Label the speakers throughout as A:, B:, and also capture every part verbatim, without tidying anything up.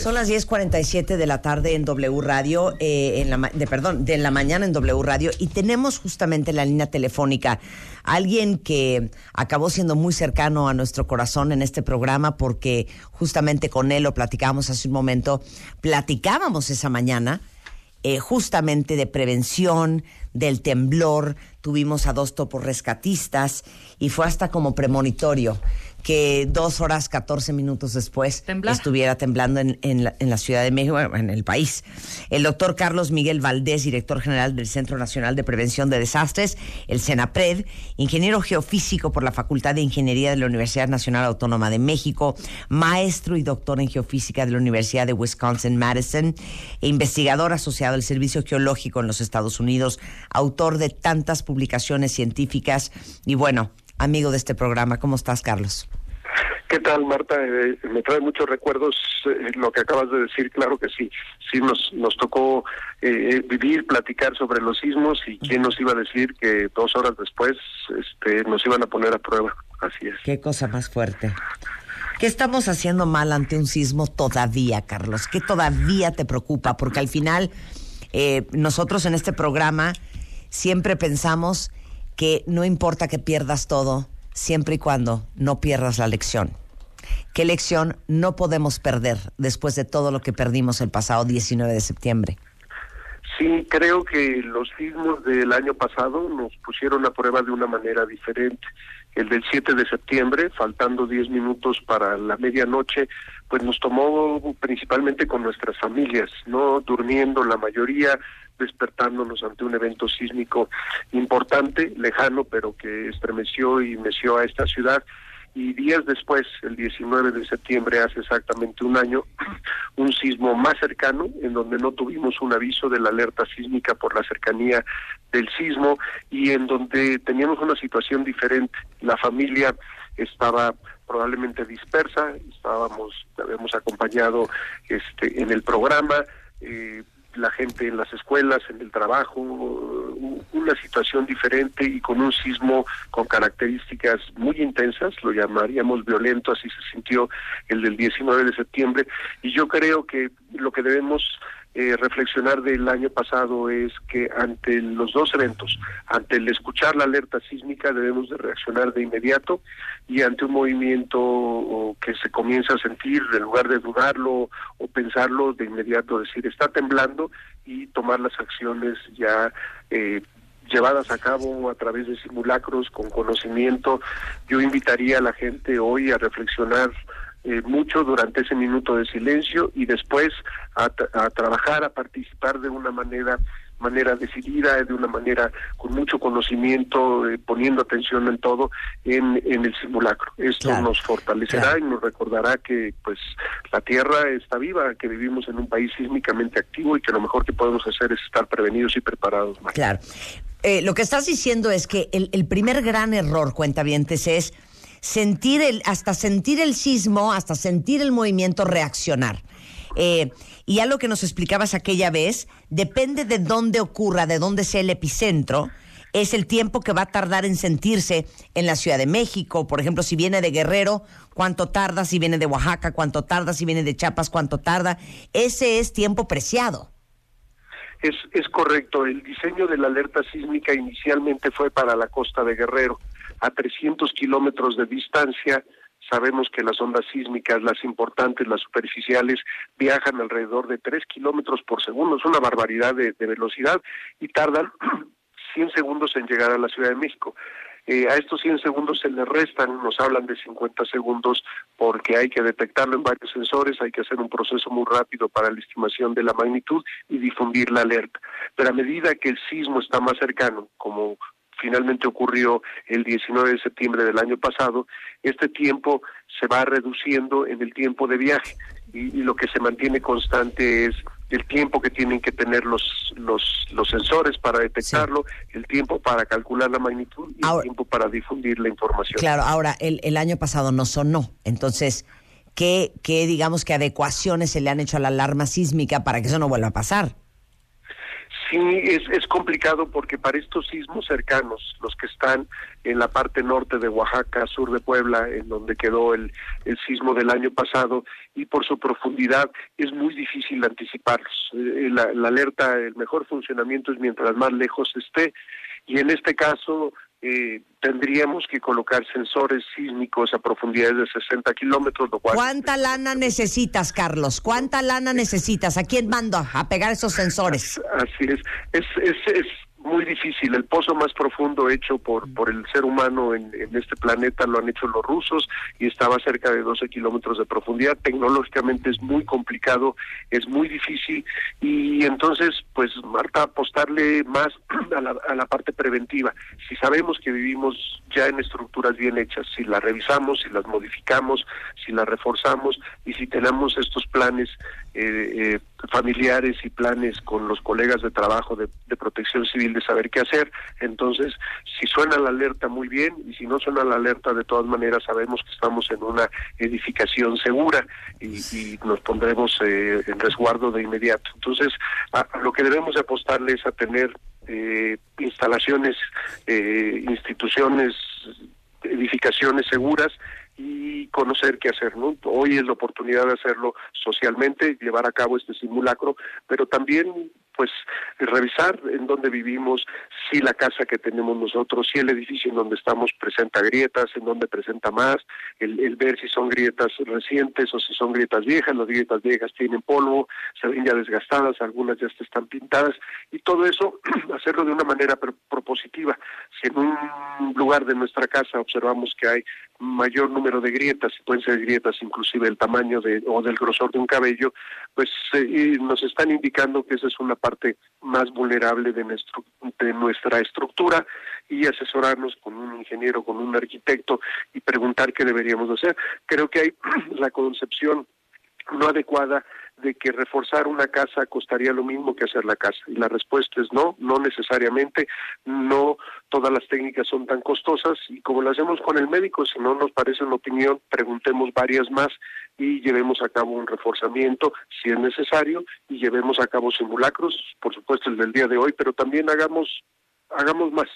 A: Son las diez cuarenta y siete de la tarde en W Radio, eh, en la, de, perdón, de la mañana en W Radio, y tenemos justamente en la línea telefónica a alguien que acabó siendo muy cercano a nuestro corazón en este programa, porque justamente con él lo platicábamos hace un momento, platicábamos esa mañana eh, justamente de prevención, del temblor, tuvimos a dos topos rescatistas y fue hasta como premonitorio que dos horas catorce minutos después
B: ¿Temblar?
A: estuviera temblando en, en, la, en la Ciudad de México, en el país. El doctor Carlos Miguel Valdés, director general del Centro Nacional de Prevención de Desastres, el CENAPRED, ingeniero geofísico por la Facultad de Ingeniería de la Universidad Nacional Autónoma de México, maestro y doctor en geofísica de la Universidad de Wisconsin-Madison, e investigador asociado al Servicio Geológico en los Estados Unidos, autor de tantas publicaciones científicas y, bueno, amigo de este programa. ¿Cómo estás, Carlos?
C: ¿Qué tal, Marta? Eh, me trae muchos recuerdos eh, lo que acabas de decir. Claro que sí, sí nos nos tocó eh, vivir, platicar sobre los sismos, y quién nos iba a decir que dos horas después este, nos iban a poner a prueba. Así es.
A: Qué cosa más fuerte. ¿Qué estamos haciendo mal ante un sismo todavía, Carlos? ¿Qué todavía te preocupa? Porque al final eh, nosotros en este programa siempre pensamos que no importa que pierdas todo, siempre y cuando no pierdas la lección. ¿Qué lección no podemos perder después de todo lo que perdimos el pasado diecinueve de septiembre?
C: Sí, creo que los sismos del año pasado nos pusieron a prueba de una manera diferente. El del siete de septiembre, faltando diez minutos para la medianoche, pues nos tomó principalmente con nuestras familias, no durmiendo la mayoría, despertándonos ante un evento sísmico importante, lejano, pero que estremeció y meció a esta ciudad. Y días después, el diecinueve de septiembre, hace exactamente un año, un sismo más cercano, en donde no tuvimos un aviso de la alerta sísmica por la cercanía del sismo, y en donde teníamos una situación diferente. La familia estaba probablemente dispersa, estábamos, habíamos acompañado este en el programa, eh, la gente en las escuelas, en el trabajo, una situación diferente y con un sismo con características muy intensas, lo llamaríamos violento, así se sintió el del diecinueve de septiembre, y yo creo que lo que debemos eh, reflexionar del año pasado es que ante los dos eventos, ante el escuchar la alerta sísmica, debemos de reaccionar de inmediato, y ante un movimiento que se comienza a sentir, en lugar de dudarlo o pensarlo, de inmediato decir está temblando y tomar las acciones ya eh, llevadas a cabo a través de simulacros con conocimiento. Yo invitaría a la gente hoy a reflexionar eh, mucho durante ese minuto de silencio, y después a, a trabajar, a participar de una manera manera decidida, de una manera con mucho conocimiento, eh, poniendo atención en todo en, en el simulacro. Esto claro, nos fortalecerá, claro, y nos recordará que pues la Tierra está viva, que vivimos en un país sísmicamente activo y que lo mejor que podemos hacer es estar prevenidos y preparados. María.
A: Claro. Eh, lo que estás diciendo es que el, el primer gran error, cuentavientes, es sentir el, hasta sentir el sismo, hasta sentir el movimiento, reaccionar. Eh, y ya lo que nos explicabas aquella vez, depende de dónde ocurra, de dónde sea el epicentro, es el tiempo que va a tardar en sentirse en la Ciudad de México. Por ejemplo, si viene de Guerrero, ¿cuánto tarda? Si viene de Oaxaca, ¿cuánto tarda? Si viene de Chiapas, ¿cuánto tarda? Ese es tiempo preciado.
C: Es, es correcto. El diseño de la alerta sísmica inicialmente fue para la costa de Guerrero, a trescientos kilómetros de distancia. Sabemos que las ondas sísmicas, las importantes, las superficiales, viajan alrededor de tres kilómetros por segundo. Es una barbaridad de, de velocidad, y tardan cien segundos en llegar a la Ciudad de México. Eh, a estos cien segundos se les restan, nos hablan de cincuenta segundos, porque hay que detectarlo en varios sensores, hay que hacer un proceso muy rápido para la estimación de la magnitud y difundir la alerta. Pero a medida que el sismo está más cercano, como finalmente ocurrió el diecinueve de septiembre del año pasado, este tiempo se va reduciendo en el tiempo de viaje, y, y lo que se mantiene constante es el tiempo que tienen que tener los los los sensores para detectarlo, sí, el tiempo para calcular la magnitud y ahora, el tiempo para difundir la información.
A: Claro, ahora, el, el año pasado no sonó, entonces, ¿qué, qué digamos que adecuaciones se le han hecho a la alarma sísmica para que eso no vuelva a pasar?
C: Sí, es, es complicado porque para estos sismos cercanos, los que están en la parte norte de Oaxaca, sur de Puebla, en donde quedó el, el sismo del año pasado, y por su profundidad es muy difícil anticiparlos. Eh, la, la alerta, el mejor funcionamiento es mientras más lejos esté, y en este caso eh, tendríamos que colocar sensores sísmicos a profundidades de sesenta kilómetros. Lo cual
A: ¿Cuánta es... lana necesitas, Carlos? ¿Cuánta lana necesitas? ¿A quién mando a pegar esos sensores?
C: Así es, es, es, es muy difícil. El pozo más profundo hecho por por el ser humano en, en este planeta lo han hecho los rusos y estaba cerca de doce kilómetros de profundidad. Tecnológicamente es muy complicado, es muy difícil, y entonces, pues, Marta, apostarle más a la, a la parte preventiva. Si sabemos que vivimos ya en estructuras bien hechas, si las revisamos, si las modificamos, si las reforzamos, y si tenemos estos planes eh, eh, familiares y planes con los colegas de trabajo de, de protección civil, de saber qué hacer, entonces, si suena la alerta, muy bien, y si no suena la alerta, de todas maneras sabemos que estamos en una edificación segura y, y nos pondremos eh, en resguardo de inmediato. Entonces, a, a lo que debemos de apostarle es a tener eh, instalaciones, eh, instituciones, edificaciones seguras, y conocer qué hacer, ¿no? Hoy es la oportunidad de hacerlo socialmente, llevar a cabo este simulacro, pero también, pues, revisar en dónde vivimos, si la casa que tenemos nosotros, si el edificio en donde estamos presenta grietas, en donde presenta más, el, el ver si son grietas recientes o si son grietas viejas. Las grietas viejas tienen polvo, se ven ya desgastadas, algunas ya están pintadas, y todo eso hacerlo de una manera propositiva. Si en un lugar de nuestra casa observamos que hay mayor número de grietas, y pueden ser grietas inclusive del tamaño de o del grosor de un cabello, pues eh, nos están indicando que esa es una parte más vulnerable de, nuestro, de nuestra estructura, y asesorarnos con un ingeniero, con un arquitecto, y preguntar qué deberíamos hacer. Creo que hay la concepción no adecuada de que reforzar una casa costaría lo mismo que hacer la casa, y la respuesta es no, no necesariamente, no todas las técnicas son tan costosas, y como lo hacemos con el médico, si no nos parece una opinión, preguntemos varias más y llevemos a cabo un reforzamiento si es necesario, y llevemos a cabo simulacros, por supuesto el del día de hoy, pero también hagamos hagamos más.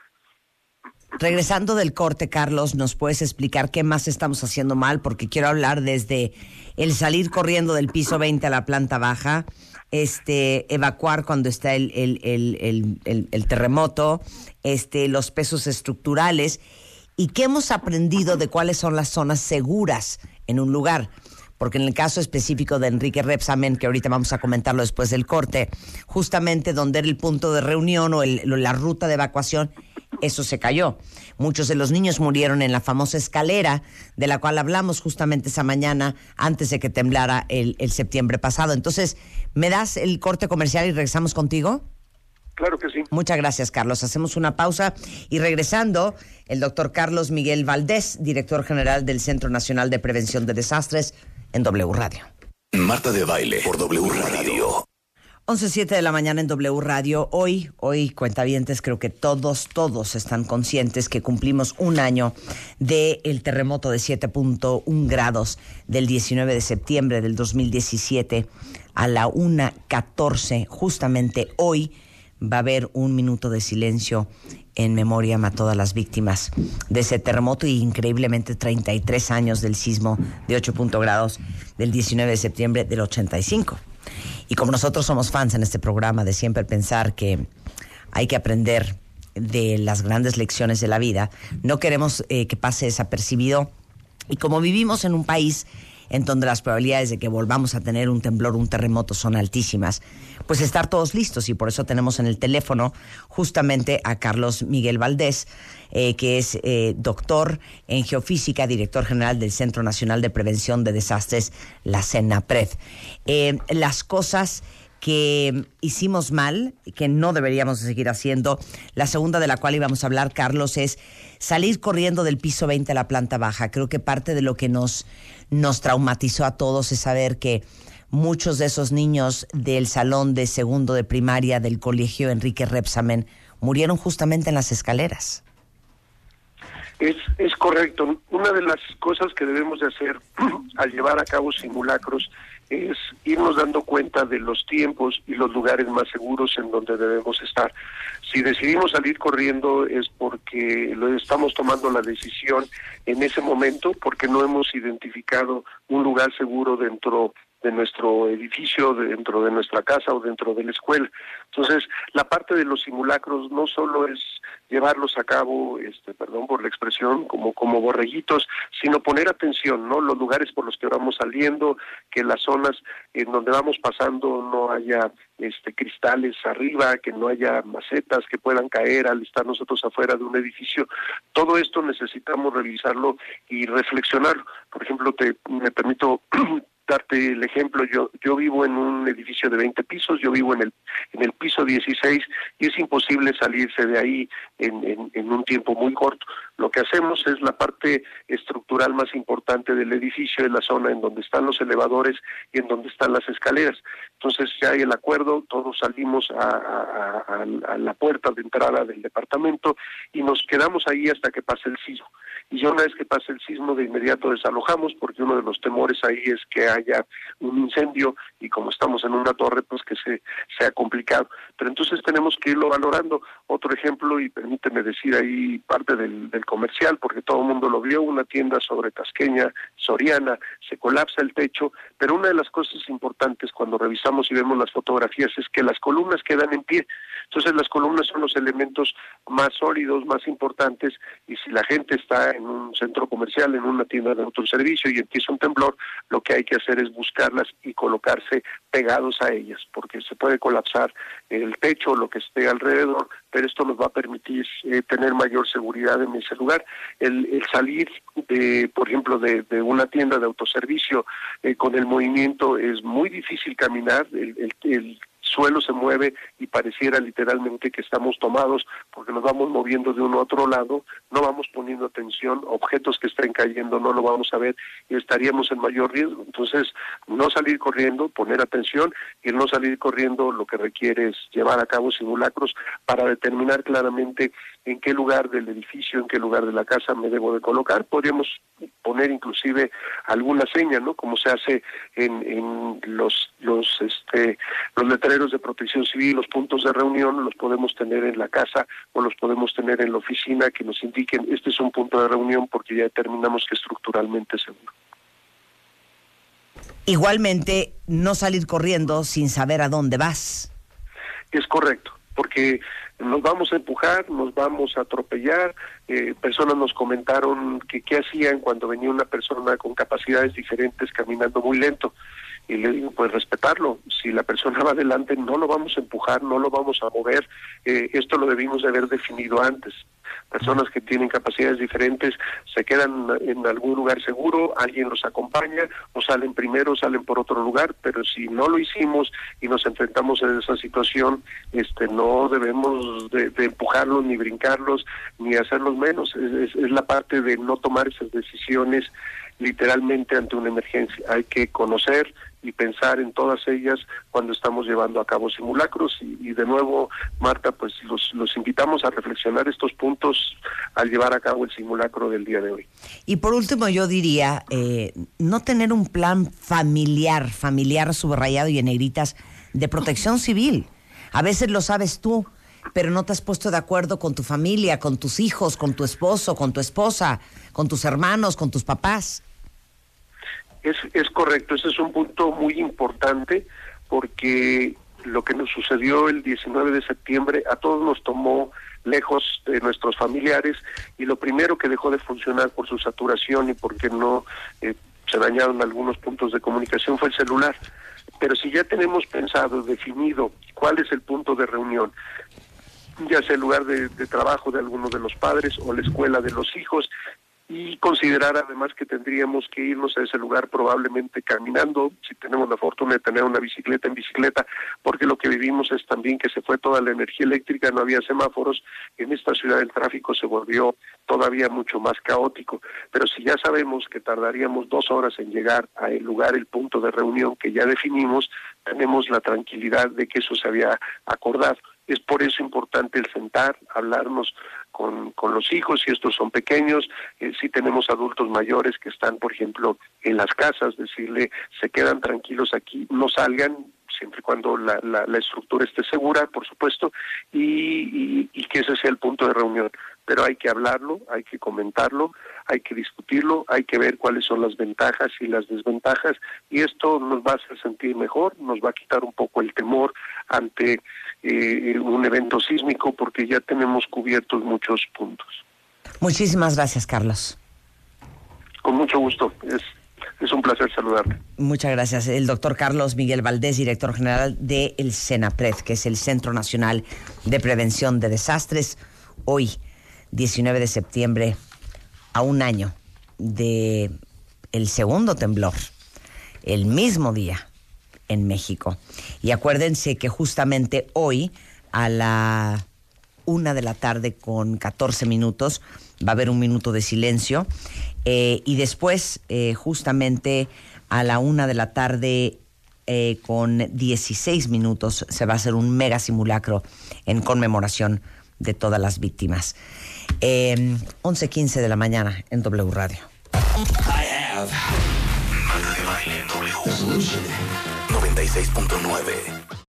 A: Regresando del corte, Carlos, ¿nos puedes explicar qué más estamos haciendo mal? Porque quiero hablar desde el salir corriendo del piso veinte a la planta baja, este, evacuar cuando está el, el, el, el, el, el terremoto, este, los pesos estructurales, y qué hemos aprendido de cuáles son las zonas seguras en un lugar. Porque en el caso específico de Enrique Rebsamen, que ahorita vamos a comentarlo después del corte, justamente donde era el punto de reunión o el, la ruta de evacuación, eso se cayó. Muchos de los niños murieron en la famosa escalera, de la cual hablamos justamente esa mañana, antes de que temblara el, el septiembre pasado. Entonces, ¿me das el corte comercial y regresamos contigo?
C: Claro que sí.
A: Muchas gracias, Carlos. Hacemos una pausa y regresando, el doctor Carlos Miguel Valdés, director general del Centro Nacional de Prevención de Desastres, en W Radio.
B: Marta de Baile por W Radio.
A: once siete de la mañana en W Radio. Hoy, hoy, cuentavientes, creo que todos, todos están conscientes que cumplimos un año del terremoto de siete punto uno grados del diecinueve de septiembre del dos mil diecisiete a la una catorce. Justamente hoy va a haber un minuto de silencio en memoria a todas las víctimas de ese terremoto, y increíblemente treinta y tres años del sismo de ocho punto grados del diecinueve de septiembre del ochenta y cinco. Y como nosotros somos fans en este programa de siempre pensar que hay que aprender de las grandes lecciones de la vida, no queremos eh, que pase desapercibido. Y como vivimos en un país en donde las probabilidades de que volvamos a tener un temblor, un terremoto son altísimas, pues estar todos listos, y por eso tenemos en el teléfono justamente a Carlos Miguel Valdés, eh, que es eh, doctor en geofísica, director general del Centro Nacional de Prevención de Desastres, la CENAPRED. Eh, las cosas que hicimos mal, que no deberíamos seguir haciendo, la segunda de la cual íbamos a hablar, Carlos, es salir corriendo del piso veinte a la planta baja. Creo que parte de lo que nos, nos traumatizó a todos es saber que muchos de esos niños del salón de segundo de primaria del colegio Enrique Rebsamen murieron justamente en las escaleras.
C: Es, es correcto. Una de las cosas que debemos de hacer al llevar a cabo simulacros es irnos dando cuenta de los tiempos y los lugares más seguros en donde debemos estar. Si decidimos salir corriendo es porque lo estamos tomando la decisión en ese momento, porque no hemos identificado un lugar seguro dentro de nuestro edificio, dentro de nuestra casa o dentro de la escuela. Entonces, la parte de los simulacros no solo es llevarlos a cabo, este, perdón por la expresión, como como borreguitos, sino poner atención, ¿no? Los lugares por los que vamos saliendo, que las zonas en donde vamos pasando no haya este cristales arriba, que no haya macetas que puedan caer al estar nosotros afuera de un edificio. Todo esto necesitamos revisarlo y reflexionarlo. Por ejemplo, te me permito darte el ejemplo, yo yo vivo en un edificio de veinte pisos, yo vivo en el en el piso dieciséis y es imposible salirse de ahí en, en, en un tiempo muy corto. Lo que hacemos es la parte estructural más importante del edificio, es la zona en donde están los elevadores y en donde están las escaleras. Entonces ya hay el acuerdo, todos salimos a, a, a, a la puerta de entrada del departamento y nos quedamos ahí hasta que pase el sismo. Y ya una vez que pase el sismo, de inmediato desalojamos, porque uno de los temores ahí es que haya un incendio, y como estamos en una torre, pues que se sea complicado. Pero entonces tenemos que irlo valorando. Otro ejemplo, y permíteme decir ahí parte del, del comercial, porque todo el mundo lo vio, una tienda sobre Tasqueña, Soriana, se colapsa el techo, pero una de las cosas importantes cuando revisamos y vemos las fotografías es que las columnas quedan en pie. Entonces las columnas son los elementos más sólidos, más importantes, y si la gente está en un centro comercial, en una tienda de autoservicio y empieza un temblor, lo que hay que hacer es buscarlas y colocarse pegados a ellas, porque se puede colapsar el techo, lo que esté alrededor, pero esto nos va a permitir eh, tener mayor seguridad en ese lugar. El, el salir, de, por ejemplo, de, de una tienda de autoservicio eh, con el movimiento es muy difícil caminar, el, el, el suelo se mueve y pareciera literalmente que estamos tomados porque nos vamos moviendo de uno a otro lado, no vamos poniendo atención, objetos que estén cayendo no lo vamos a ver y estaríamos en mayor riesgo. Entonces, no salir corriendo, poner atención, y el no salir corriendo lo que requiere es llevar a cabo simulacros para determinar claramente en qué lugar del edificio, en qué lugar de la casa me debo de colocar. Podríamos poner inclusive alguna seña, ¿no? Como se hace en, en los los este los letreros de protección civil, los puntos de reunión, los podemos tener en la casa o los podemos tener en la oficina, que nos indiquen este es un punto de reunión porque ya determinamos que estructuralmente es seguro.
A: Igualmente, no salir corriendo sin saber a dónde vas.
C: Es correcto, porque nos vamos a empujar, nos vamos a atropellar. Eh, personas nos comentaron que qué hacían cuando venía una persona con capacidades diferentes caminando muy lento. Y le digo, pues respetarlo. Si la persona va adelante, no lo vamos a empujar, no lo vamos a mover. Eh, esto lo debimos de haber definido antes. Personas que tienen capacidades diferentes se quedan en algún lugar seguro, alguien los acompaña, o salen primero, salen por otro lugar, pero si no lo hicimos y nos enfrentamos a esa situación, este, no debemos de, de empujarlos, ni brincarlos, ni hacerlos menos. Es, es, es la parte de no tomar esas decisiones literalmente ante una emergencia. Hay que conocer y pensar en todas ellas cuando estamos llevando a cabo simulacros. Y, y de nuevo, Marta, pues los, los invitamos a reflexionar estos puntos al llevar a cabo el simulacro del día de hoy.
A: Y por último, yo diría, eh, no tener un plan familiar, familiar subrayado y en negritas, de protección civil. A veces lo sabes tú, pero no te has puesto de acuerdo con tu familia, con tus hijos, con tu esposo, con tu esposa, con tus hermanos, con tus papás.
C: Es, es correcto, ese es un punto muy importante, porque lo que nos sucedió el diecinueve de septiembre a todos nos tomó lejos de nuestros familiares, y lo primero que dejó de funcionar por su saturación y porque no eh, se dañaron algunos puntos de comunicación fue el celular. Pero si ya tenemos pensado, definido cuál es el punto de reunión, ya sea el lugar de, de trabajo de alguno de los padres o la escuela de los hijos, y considerar además que tendríamos que irnos a ese lugar probablemente caminando, si tenemos la fortuna de tener una bicicleta, en bicicleta, porque lo que vivimos es también que se fue toda la energía eléctrica, no había semáforos, en esta ciudad el tráfico se volvió todavía mucho más caótico. Pero si ya sabemos que tardaríamos dos horas en llegar al lugar, el punto de reunión que ya definimos, tenemos la tranquilidad de que eso se había acordado. Es por eso importante el sentar, hablarnos con, con los hijos, si estos son pequeños, eh, si tenemos adultos mayores que están, por ejemplo, en las casas, decirle, se quedan tranquilos aquí, no salgan, siempre y cuando la, la, la estructura esté segura, por supuesto, y, y, y que ese sea el punto de reunión. Pero hay que hablarlo, hay que comentarlo, hay que discutirlo, hay que ver cuáles son las ventajas y las desventajas, y esto nos va a hacer sentir mejor, nos va a quitar un poco el temor ante eh, un evento sísmico, porque ya tenemos cubiertos muchos puntos.
A: Muchísimas gracias, Carlos.
C: Con mucho gusto, es, es un placer saludarte.
A: Muchas gracias. El doctor Carlos Miguel Valdés, director general del CENAPRED, que es el Centro Nacional de Prevención de Desastres. Hoy, diecinueve de septiembre, a un año de el segundo temblor, el mismo día en México. Y acuérdense que justamente hoy, a la una de la tarde con catorce minutos, va a haber un minuto de silencio. Eh, y después, eh, justamente a la una de la tarde eh, con dieciséis minutos, se va a hacer un mega simulacro en conmemoración de todas las víctimas. Eh, once quince de la mañana en W Radio.
B: I have Marta de Baile en W. noventa y seis punto nueve.